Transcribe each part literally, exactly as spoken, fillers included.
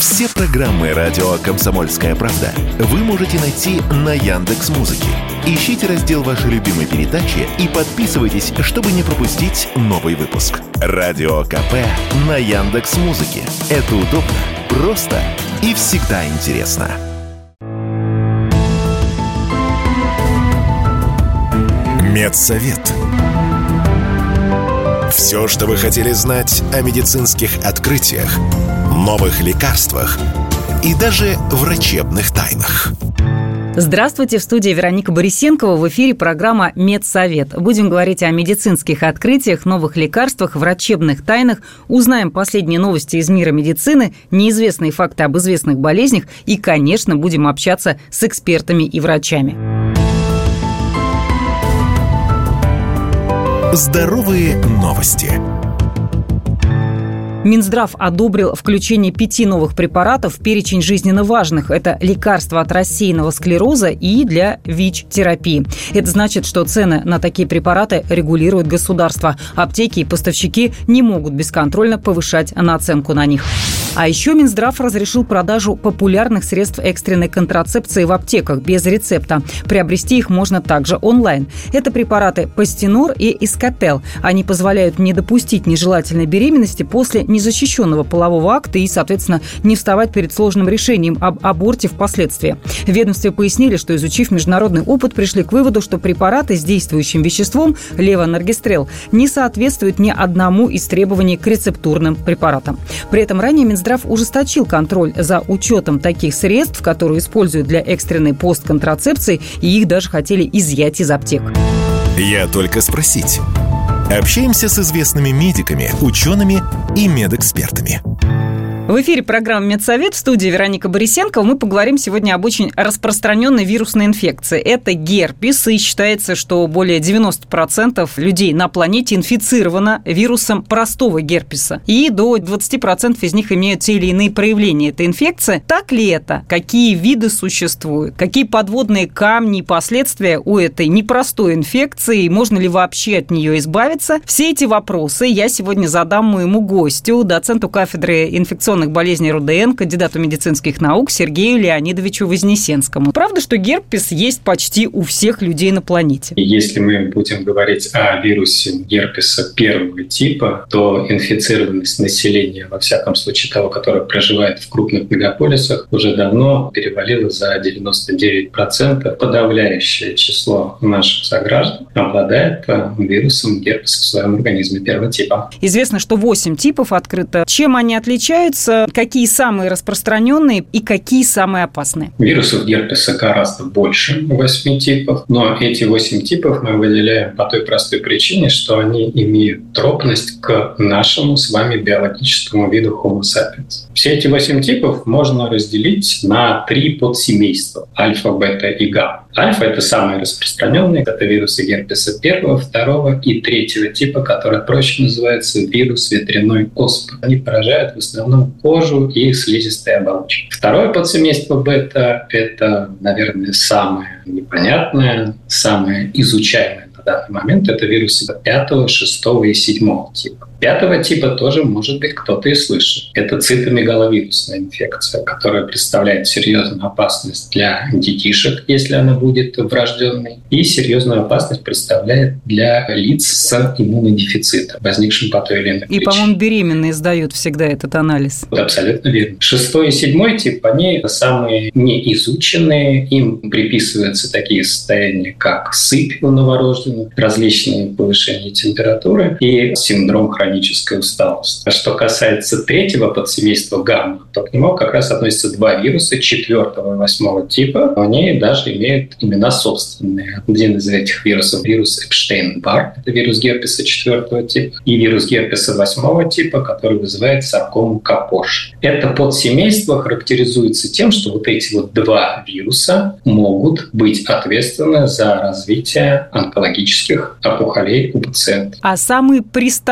Все программы радио «Комсомольская правда» вы можете найти на Яндекс.Музыке. Ищите раздел вашей любимой передачи и подписывайтесь, чтобы не пропустить новый выпуск. Радио КП на Яндекс.Музыке. Это удобно, просто и всегда интересно. Медсовет. Все, что вы хотели знать о медицинских открытиях, новых лекарствах и даже врачебных тайнах. Здравствуйте, в студии Вероника Борисенкова. В эфире программа «Медсовет». Будем говорить о медицинских открытиях, новых лекарствах, врачебных тайнах. Узнаем последние новости из мира медицины, неизвестные факты об известных болезнях и, конечно, будем общаться с экспертами и врачами. Здоровые новости. Минздрав одобрил включение пяти новых препаратов в перечень жизненно важных. Это лекарства от рассеянного склероза и для ВИЧ-терапии. Это значит, что цены на такие препараты регулирует государство. Аптеки и поставщики не могут бесконтрольно повышать наценку на них. А еще Минздрав разрешил продажу популярных средств экстренной контрацепции в аптеках без рецепта. Приобрести их можно также онлайн. Это препараты Пастенор и Искател. Они позволяют не допустить нежелательной беременности после незащищенного полового акта и, соответственно, не вставать перед сложным решением об аборте впоследствии. В ведомстве пояснили, что, изучив международный опыт, пришли к выводу, что препараты с действующим веществом левоноргестрел не соответствуют ни одному из требований к рецептурным препаратам. При этом ранее Минздрав ужесточил контроль за учетом таких средств, которые используют для экстренной постконтрацепции, и их даже хотели изъять из аптек. Я только спросить. Общаемся с известными медиками, учеными и медэкспертами. В эфире программа «Медсовет», в студии Вероника Борисенкова. Мы поговорим сегодня об очень распространенной вирусной инфекции. Это герпес, и считается, что более девяносто процентов людей на планете инфицировано вирусом простого герпеса. И до двадцать процентов из них имеют те или иные проявления этой инфекции. Так ли это? Какие виды существуют? Какие подводные камни и последствия у этой непростой инфекции? Можно ли вообще от нее избавиться? Все эти вопросы я сегодня задам моему гостю, доценту кафедры инфекционных болезней РУДН, кандидату медицинских наук Сергею Леонидовичу Вознесенскому. Правда, что герпес есть почти у всех людей на планете? Если мы будем говорить о вирусе герпеса первого типа, то инфицированность населения, во всяком случае того, которое проживает в крупных мегаполисах, уже давно перевалила за девяносто девять процентов. Подавляющее число наших сограждан обладает вирусом герпеса в своем организме первого типа. Известно, что восемь типов открыто. Чем они отличаются? Какие самые распространенные и какие самые опасные? Вирусов герпеса гораздо больше, восемь типов, но эти восемь типов мы выделяем по той простой причине, что они имеют тропность к нашему с вами биологическому виду Homo sapiens. Все эти восемь типов можно разделить на три подсемейства – альфа, бета и гамма. Альфа – это самые распространенные, это вирусы герпеса первого, второго и третьего типа, который проще называется вирус ветряной оспы. Они поражают в основном кожу и слизистые оболочки. Второе подсемейство бета – это, наверное, самое непонятное, самое изучаемое на данный момент. Это вирусы пятого, шестого и седьмого типа. Пятого типа тоже, может быть, кто-то и слышал. Это цитомегаловирусная инфекция, которая представляет серьезную опасность для детишек, если она будет врожденной, и серьезную опасность представляет для лиц с иммунодефицитом, возникшим по той или иной причине. И, по-моему, беременные сдают всегда этот анализ. Абсолютно верно. Шестой и седьмой тип, они самые неизученные. Им приписываются такие состояния, как сыпь у новорожденных, различные повышения температуры и синдром хронического хроническая усталость. А что касается третьего подсемейства гамма, то к нему как раз относятся два вируса четвертого и восьмого типа. Они даже имеют имена собственные. Один из этих вирусов – вирус Эпштейн-Бар, это вирус герпеса четвертого типа, и вирус герпеса восьмого типа, который вызывает саркому Капош. Это подсемейство характеризуется тем, что вот эти вот два вируса могут быть ответственны за развитие онкологических опухолей у пациентов. А самые приставучие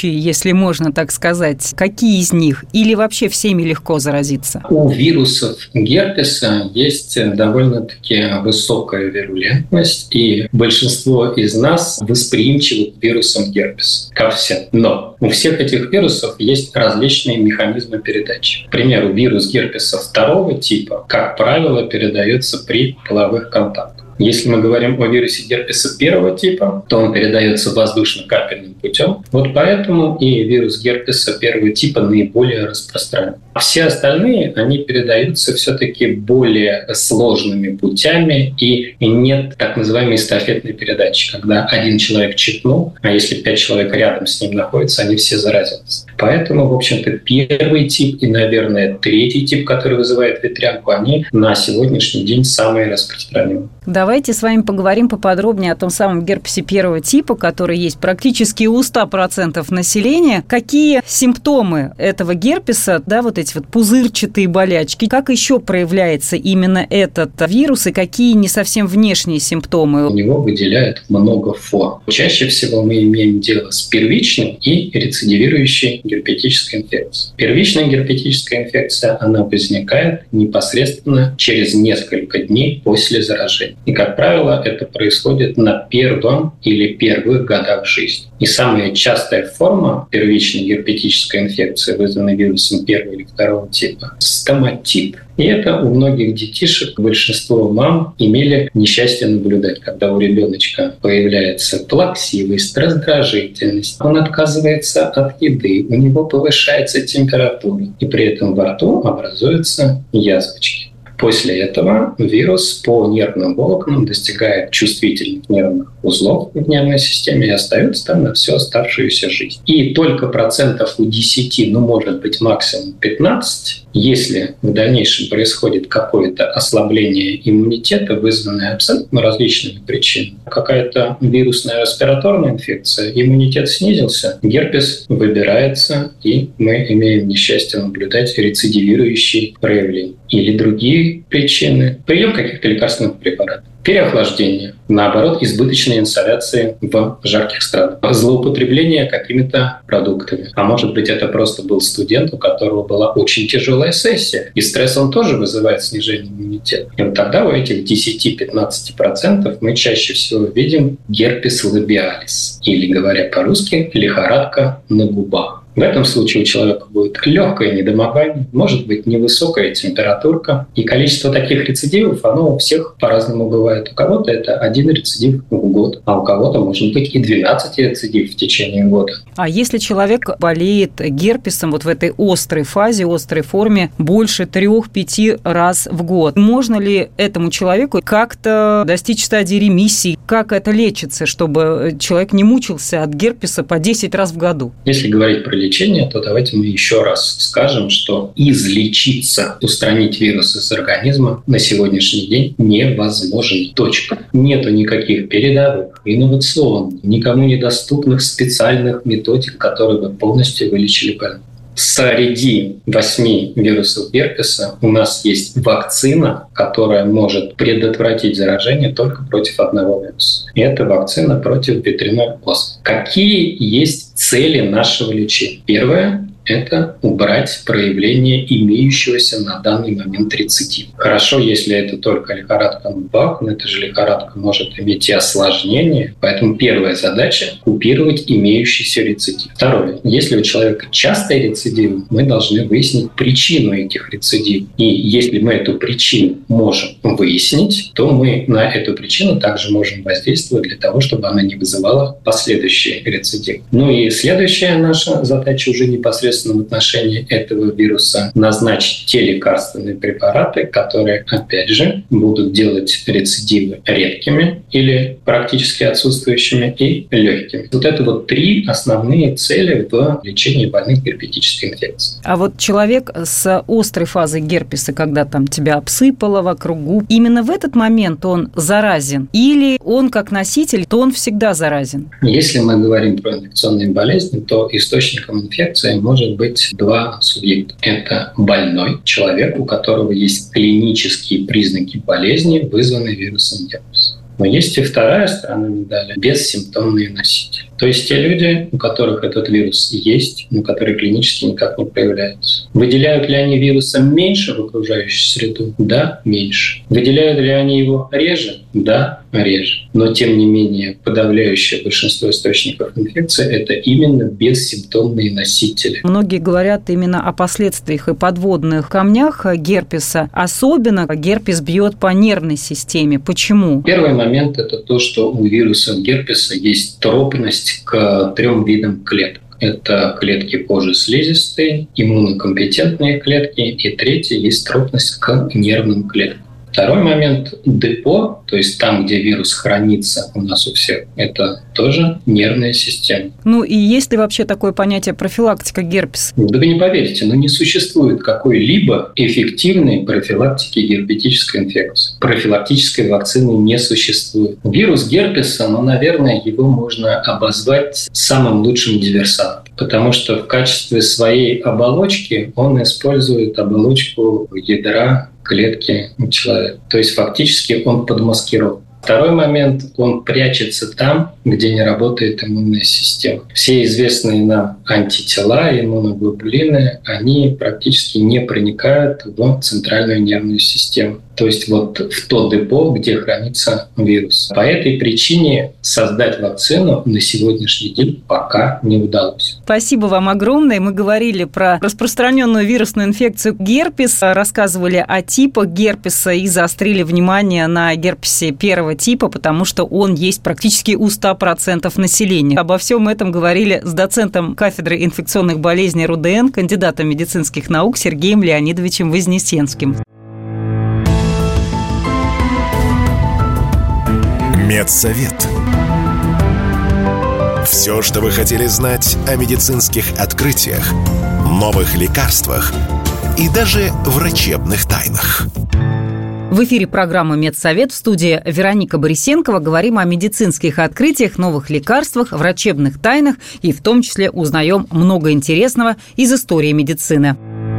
случаи, если можно так сказать? Какие из них? Или вообще всеми легко заразиться? У вирусов герпеса есть довольно-таки высокая вирулентность, и большинство из нас восприимчивы к вирусам герпеса, ко всем. Но у всех этих вирусов есть различные механизмы передачи. К примеру, вирус герпеса второго типа, как правило, передается при половых контактах. Если мы говорим о вирусе герпеса первого типа, то он передается воздушно-капельным путем. Вот поэтому и вирус герпеса первого типа наиболее распространен. А все остальные, они передаются все-таки более сложными путями, и нет так называемой эстафетной передачи, когда один человек чихнул, а если пять человек рядом с ним находятся, они все заразятся. Поэтому, в общем-то, первый тип и, наверное, третий тип, который вызывает ветрянку, они на сегодняшний день самые распространенные. Давайте с вами поговорим поподробнее о том самом герпесе первого типа, который есть практически у ста процентов населения. Какие симптомы этого герпеса, да, вот эти вот пузырчатые болячки, как еще проявляется именно этот вирус и какие не совсем внешние симптомы? У него выделяют много форм. Чаще всего мы имеем дело с первичной и рецидивирующей герпетической инфекцией. Первичная герпетическая инфекция, она возникает непосредственно через несколько дней после заражения. И, как правило, это происходит на первом или первых годах жизни. И самая частая форма первичной герпетической инфекции, вызванной вирусом первого или второго типа, стоматит. И это у многих детишек, большинство мам имели несчастье наблюдать, когда у ребеночка появляется плаксивость, раздражительность, он отказывается от еды, у него повышается температура, и при этом во рту образуются язвочки. После этого вирус по нервным волокнам достигает чувствительных нервных узлов в нервной системе и остается там на всю оставшуюся жизнь. И только процентов у десяти, ну, может быть, максимум пятнадцать, если в дальнейшем происходит какое-то ослабление иммунитета, вызванное абсолютно различными причинами, какая-то вирусная респираторная инфекция, иммунитет снизился, герпес выбирается, и мы имеем несчастье наблюдать рецидивирующие проявления. Или другие причины. Прием каких-то лекарственных препаратов. Переохлаждение. Наоборот, избыточная инсоляция в жарких странах. Злоупотребление какими-то продуктами. А может быть, это просто был студент, у которого была очень тяжелая сессия. И стресс он тоже вызывает снижение иммунитета. И вот тогда у этих десять-пятнадцать процентов мы чаще всего видим герпес лабиалис. Или, говоря по-русски, лихорадка на губах. В этом случае у человека будет легкое недомогание, может быть невысокая температурка. И количество таких рецидивов, оно у всех по-разному бывает. У кого-то это один рецидив в год, а у кого-то может быть и двенадцать рецидивов в течение года. А если человек болеет герпесом вот в этой острой фазе, острой форме больше трех-пяти раз в год, можно ли этому человеку как-то достичь стадии ремиссии? Как это лечится, чтобы человек не мучился от герпеса по десять раз в году? Если говорить про лечение, то давайте мы еще раз скажем, что излечиться, устранить вирус из организма на сегодняшний день невозможно. Точка. Нету никаких передовых, инновационных, никому недоступных специальных методик, которые бы полностью вылечили больного. Среди восьми вирусов герпеса у нас есть вакцина, которая может предотвратить заражение только против одного вируса. И это вакцина против ветряной оспы. Какие есть цели нашего лечения? Первое — это убрать проявление имеющегося на данный момент рецидива. Хорошо, если это только лихорадка на губах, но эта же лихорадка может иметь и осложнения. Поэтому первая задача — купировать имеющийся рецидив. Второе. Если у человека частые рецидивы, мы должны выяснить причину этих рецидивов. И если мы эту причину можем выяснить, то мы на эту причину также можем воздействовать для того, чтобы она не вызывала последующие рецидивы. Ну и следующая наша задача уже непосредственно в отношении этого вируса — назначить те лекарственные препараты, которые, опять же, будут делать рецидивы редкими или практически отсутствующими и легкими. Вот это вот три основные цели в лечении больных герпетической инфекцией. А вот человек с острой фазой герпеса, когда там тебя обсыпало вокруг губ, именно в этот момент он заразен? Или он как носитель, то он всегда заразен? Если мы говорим про инфекционные болезни, то источником инфекции может быть два субъекта. Это больной человек, у которого есть клинические признаки болезни, вызванные вирусом герпеса. Но есть и вторая сторона медали — бессимптомные носители. То есть те люди, у которых этот вирус есть, но которые клинически никак не проявляются. Выделяют ли они вируса меньше в окружающую среду? Да, меньше. Выделяют ли они его реже? Да, реже. Но тем не менее подавляющее большинство источников инфекции — это именно бессимптомные носители. Многие говорят именно о последствиях и подводных камнях герпеса. Особенно герпес бьет по нервной системе. Почему? Первый момент — это то, что у вирусов герпеса есть тропность к трем видам клеток. Это клетки кожи слизистой, иммунокомпетентные клетки, и третье — есть тропность к нервным клеткам. Второй момент – депо, то есть там, где вирус хранится у нас у всех, это тоже нервная система. Ну и есть ли вообще такое понятие профилактика герпеса? Да вы не поверите, но не существует какой-либо эффективной профилактики герпетической инфекции. Профилактической вакцины не существует. Вирус герпеса, ну, наверное, его можно обозвать самым лучшим диверсантом, потому что в качестве своей оболочки он использует оболочку ядра клетки человека. То есть фактически он подмаскирован. Второй момент – он прячется там, где не работает иммунная система. Все известные нам антитела, иммуноглобулины, они практически не проникают в центральную нервную систему. То есть вот в то депо, где хранится вирус. По этой причине создать вакцину на сегодняшний день пока не удалось. Спасибо вам огромное. Мы говорили про распространенную вирусную инфекцию герпес, рассказывали о типах герпеса и заострили внимание на герпесе первого типа, потому что он есть практически у ста процентов населения. Обо всем этом говорили с доцентом кафедры инфекционных болезней РУДН, кандидатом медицинских наук Сергеем Леонидовичем Вознесенским. Медсовет. Все, что вы хотели знать о медицинских открытиях, новых лекарствах и даже врачебных тайнах. В эфире программа «Медсовет», в студии Вероника Борисенкова. Говорим о медицинских открытиях, новых лекарствах, врачебных тайнах и в том числе узнаем много интересного из истории медицины.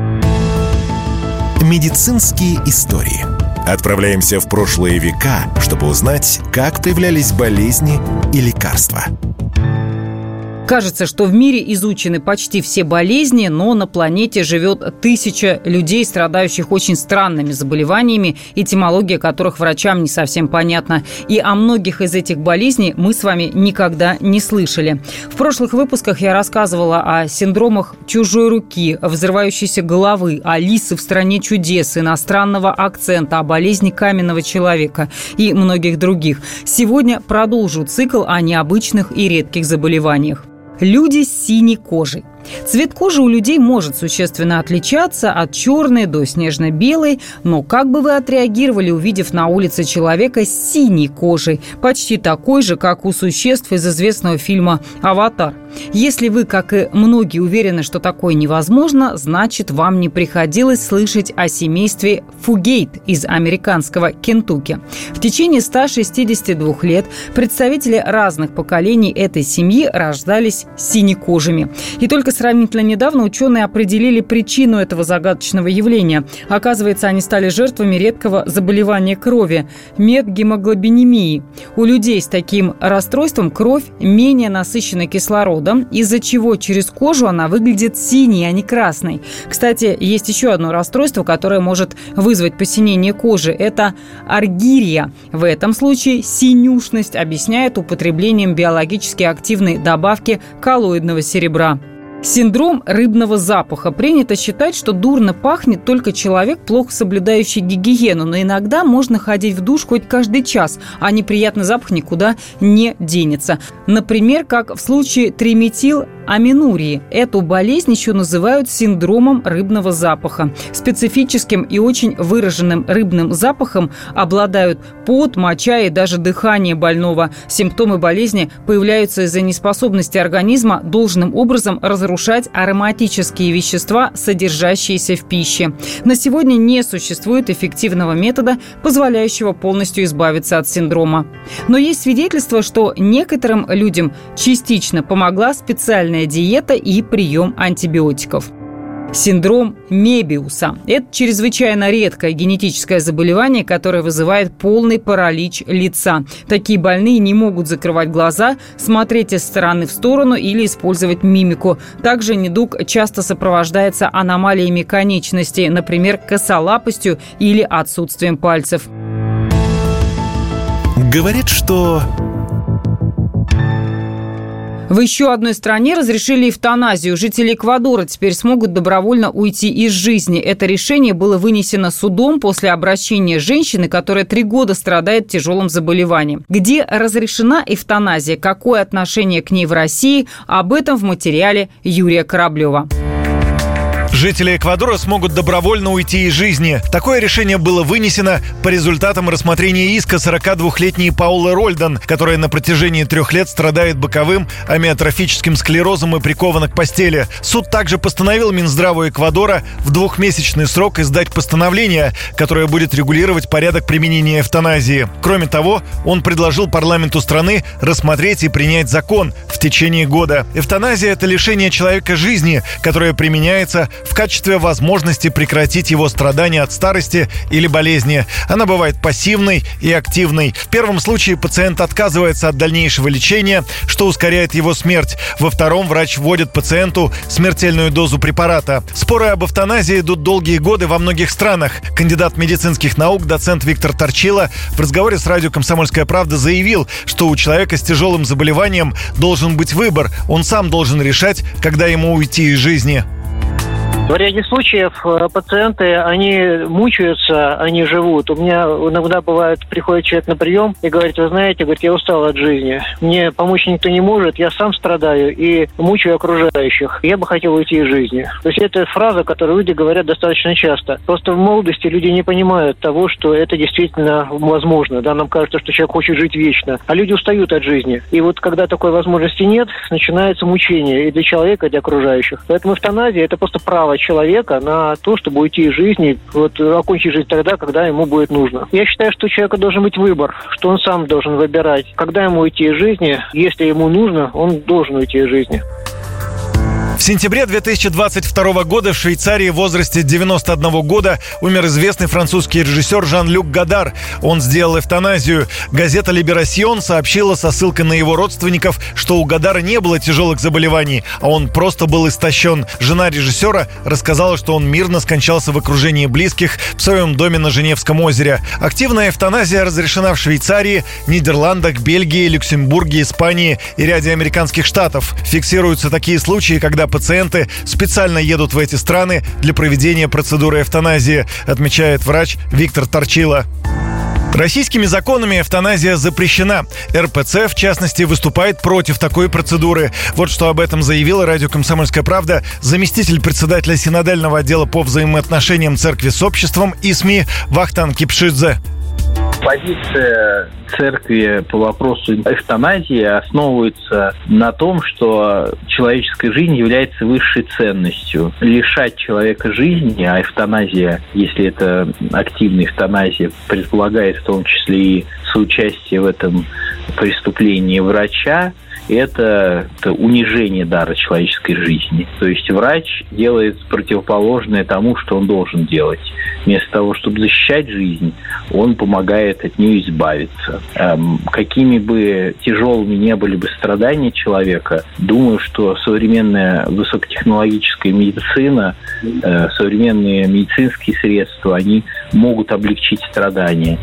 Медицинские истории. Отправляемся в прошлые века, чтобы узнать, как появлялись болезни и лекарства. Кажется, что в мире изучены почти все болезни, но на планете живет тысяча людей, страдающих очень странными заболеваниями, этимология которых врачам не совсем понятна. И о многих из этих болезней мы с вами никогда не слышали. В прошлых выпусках я рассказывала о синдромах чужой руки, взрывающейся головы, Алисы в стране чудес, иностранного акцента, о болезни каменного человека и многих других. Сегодня продолжу цикл о необычных и редких заболеваниях. Люди с синей кожей. Цвет кожи у людей может существенно отличаться от черной до снежно-белой, но как бы вы отреагировали, увидев на улице человека с синей кожей, почти такой же, как у существ из известного фильма «Аватар»? Если вы, как и многие, уверены, что такое невозможно, значит, вам не приходилось слышать о семействе Фугейт из американского Кентукки. В течение ста шестидесяти двух лет представители разных поколений этой семьи рождались синекожими. И только сравнительно недавно ученые определили причину этого загадочного явления. Оказывается, они стали жертвами редкого заболевания крови – метгемоглобинемии. У людей с таким расстройством кровь менее насыщена кислородом, из-за чего через кожу она выглядит синей, а не красной. Кстати, есть еще одно расстройство, которое может вызвать посинение кожи – это аргирия. В этом случае синюшность объясняет употреблением биологически активной добавки коллоидного серебра. Синдром рыбного запаха. Принято считать, что дурно пахнет только человек, плохо соблюдающий гигиену, но иногда можно ходить в душ хоть каждый час, а неприятный запах никуда не денется. Например, как в случае триметиламинурии. Эту болезнь еще называют синдромом рыбного запаха. Специфическим и очень выраженным рыбным запахом обладают пот, моча и даже дыхание больного. Симптомы болезни появляются из-за неспособности организма должным образом разрушать ароматические вещества, содержащиеся в пище. На сегодня не существует эффективного метода, позволяющего полностью избавиться от синдрома. Но есть свидетельство, что некоторым людям частично помогла специальная диета и прием антибиотиков. Синдром Мебиуса – это чрезвычайно редкое генетическое заболевание, которое вызывает полный паралич лица. Такие больные не могут закрывать глаза, смотреть из стороны в сторону или использовать мимику. Также недуг часто сопровождается аномалиями конечностей, например, косолапостью или отсутствием пальцев. Говорят, что... В еще одной стране разрешили эвтаназию. Жители Эквадора теперь смогут добровольно уйти из жизни. Это решение было вынесено судом после обращения женщины, которая три года страдает тяжелым заболеванием. Где разрешена эвтаназия? Какое отношение к ней в России? Об этом в материале Юрия Кораблева. Жители Эквадора смогут добровольно уйти из жизни. Такое решение было вынесено по результатам рассмотрения иска сорокадвухлетней Паулы Рольдан, которая на протяжении трех лет страдает боковым амиотрофическим склерозом и прикована к постели. Суд также постановил Минздраву Эквадора в двухмесячный срок издать постановление, которое будет регулировать порядок применения эвтаназии. Кроме того, он предложил парламенту страны рассмотреть и принять закон в течение года. Эвтаназия – это лишение человека жизни, которое применяется в качестве возможности прекратить его страдания от старости или болезни. Она бывает пассивной и активной. В первом случае пациент отказывается от дальнейшего лечения, что ускоряет его смерть. Во втором врач вводит пациенту смертельную дозу препарата. Споры об эвтаназии идут долгие годы во многих странах. Кандидат медицинских наук, доцент Виктор Торчило в разговоре с радио «Комсомольская правда» заявил, что у человека с тяжелым заболеванием должен быть выбор. Он сам должен решать, когда ему уйти из жизни. В ряде случаев пациенты, они мучаются, они живут. У меня иногда бывает, приходит человек на прием и говорит: вы знаете, говорит, я устал от жизни. Мне помочь никто не может, я сам страдаю и мучаю окружающих. Я бы хотел уйти из жизни. То есть это фраза, которую люди говорят достаточно часто. Просто в молодости люди не понимают того, что это действительно возможно. Да, нам кажется, что человек хочет жить вечно. А люди устают от жизни. И вот когда такой возможности нет, начинается мучение и для человека, и для окружающих. Поэтому эвтаназия – это просто право человека на то, чтобы уйти из жизни, вот, окончить жизнь тогда, когда ему будет нужно. Я считаю, что у человека должен быть выбор, что он сам должен выбирать, когда ему уйти из жизни. Если ему нужно, он должен уйти из жизни. В сентябре две тысячи двадцать второго года в Швейцарии в возрасте девяноста одного года умер известный французский режиссер Жан-Люк Годар. Он сделал эвтаназию. Газета «Либерасьон» сообщила со ссылкой на его родственников, что у Годара не было тяжелых заболеваний, а он просто был истощен. Жена режиссера рассказала, что он мирно скончался в окружении близких в своем доме на Женевском озере. Активная эвтаназия разрешена в Швейцарии, Нидерландах, Бельгии, Люксембурге, Испании и ряде американских штатов. Фиксируются такие случаи, когда пациенты специально едут в эти страны для проведения процедуры эвтаназии, отмечает врач Виктор Торчило. Российскими законами эвтаназия запрещена. эр пэ цэ, в частности, выступает против такой процедуры. Вот что об этом заявила радио «Комсомольская правда» заместитель председателя синодального отдела по взаимоотношениям церкви с обществом и СМИ Вахтанг Кипшидзе. Позиция церкви по вопросу эвтаназии основывается на том, что человеческая жизнь является высшей ценностью. Лишать человека жизни, а эвтаназия, если это активная эвтаназия, предполагает в том числе и соучастие в этом преступлении врача, это, это унижение дара человеческой жизни. То есть врач делает противоположное тому, что он должен делать. Вместо того, чтобы защищать жизнь, он помогает от нее избавиться. Эм, какими бы тяжелыми ни были бы страдания человека, думаю, что современная высокотехнологическая медицина, э, современные медицинские средства, они могут облегчить страдания.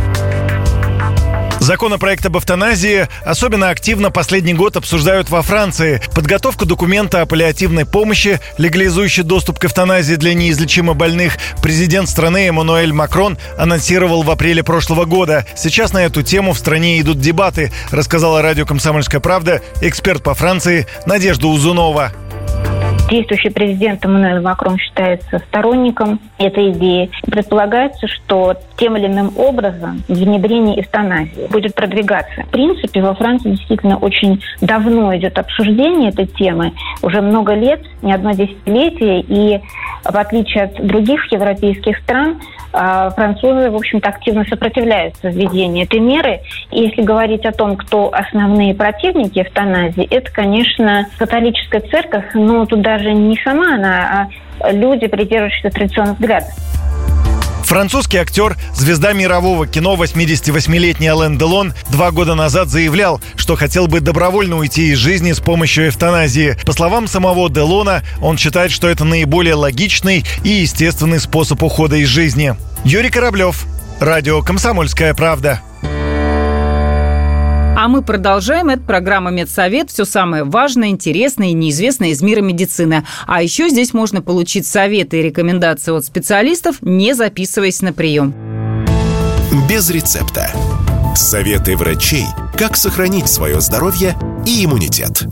Законопроект об эвтаназии особенно активно последний год обсуждают во Франции. Подготовку документа о паллиативной помощи, легализующей доступ к эвтаназии для неизлечимо больных, президент страны Эммануэль Макрон анонсировал в апреле прошлого года. Сейчас на эту тему в стране идут дебаты, рассказала радио «Комсомольская правда» эксперт по Франции Надежда Узунова. Действующий президент Эммануэль Макрон считается сторонником этой идеи. Предполагается, что тем или иным образом внедрение эвтаназии будет продвигаться. В принципе, во Франции действительно очень давно идет обсуждение этой темы. Уже много лет, не одно десятилетие. И в отличие от других европейских стран, французы, в общем-то, активно сопротивляются введению этой меры. И если говорить о том, кто основные противники эвтаназии, это, конечно, католическая церковь, но туда даже не сама она, а люди, придерживающиеся традиционных взглядов. Французский актер, звезда мирового кино, восьмидесятивосьмилетний Ален Делон два года назад заявлял, что хотел бы добровольно уйти из жизни с помощью эвтаназии. По словам самого Делона, он считает, что это наиболее логичный и естественный способ ухода из жизни. Юрий Кораблев, радио «Комсомольская правда». А мы продолжаем. Это программа «Медсовет». Все самое важное, интересное и неизвестное из мира медицины. А еще здесь можно получить советы и рекомендации от специалистов, не записываясь на прием. Без рецепта. Советы врачей, как сохранить свое здоровье и иммунитет.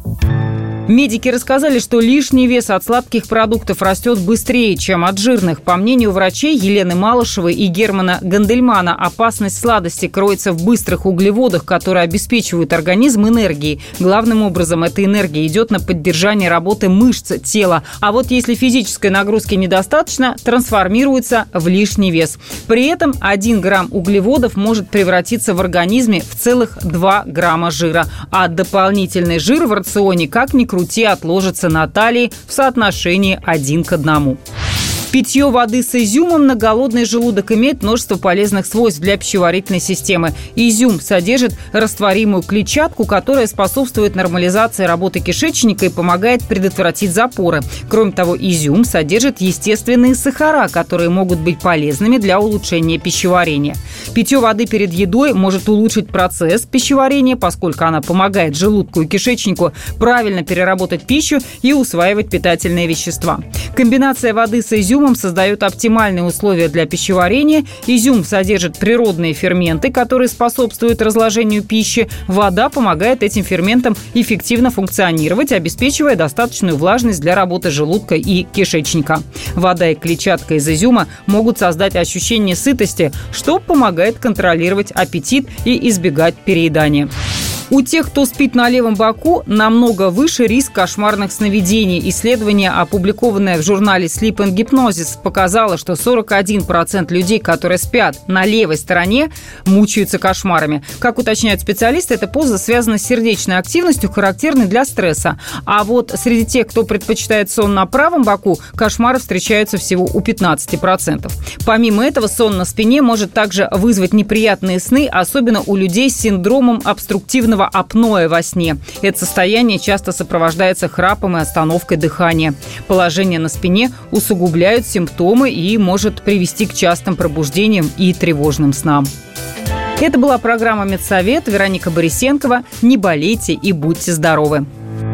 Медики рассказали, что лишний вес от сладких продуктов растет быстрее, чем от жирных. По мнению врачей Елены Малышевой и Германа Гандельмана, опасность сладости кроется в быстрых углеводах, которые обеспечивают организм энергией. Главным образом, эта энергия идет на поддержание работы мышц тела. А вот если физической нагрузки недостаточно, трансформируется в лишний вес. При этом один грамм углеводов может превратиться в организме в целых два грамма жира. А дополнительный жир в рационе, как ни крути, отложится на талии в соотношении один к одному. Питье воды с изюмом на голодный желудок имеет множество полезных свойств для пищеварительной системы. Изюм содержит растворимую клетчатку, которая способствует нормализации работы кишечника и помогает предотвратить запоры. Кроме того, изюм содержит естественные сахара, которые могут быть полезными для улучшения пищеварения. Питье воды перед едой может улучшить процесс пищеварения, поскольку она помогает желудку и кишечнику правильно переработать пищу и усваивать питательные вещества. Комбинация воды с изюмом создает оптимальные условия для пищеварения. Изюм содержит природные ферменты, которые способствуют разложению пищи. Вода помогает этим ферментам эффективно функционировать, обеспечивая достаточную влажность для работы желудка и кишечника. Вода и клетчатка из изюма могут создать ощущение сытости, что помогает контролировать аппетит и избегать переедания. У тех, кто спит на левом боку, намного выше риск кошмарных сновидений. Исследование, опубликованное в журнале Sleep and Hypnosis, показало, что сорок один процент людей, которые спят на левой стороне, мучаются кошмарами. Как уточняют специалисты, эта поза связана с сердечной активностью, характерной для стресса. А вот среди тех, кто предпочитает сон на правом боку, кошмары встречаются всего у пятнадцати процентов. Помимо этого, сон на спине может также вызвать неприятные сны, особенно у людей с синдромом обструктивного апноэ во сне. Это состояние часто сопровождается храпом и остановкой дыхания. Положение на спине усугубляют симптомы и может привести к частым пробуждениям и тревожным снам. Это была программа «Медсовет». Вероника Борисенкова. Не болейте и будьте здоровы.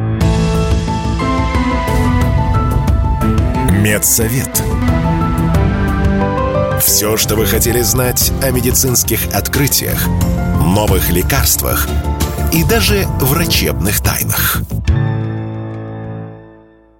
Медсовет. Все, что вы хотели знать о медицинских открытиях, новых лекарствах и даже врачебных тайнах.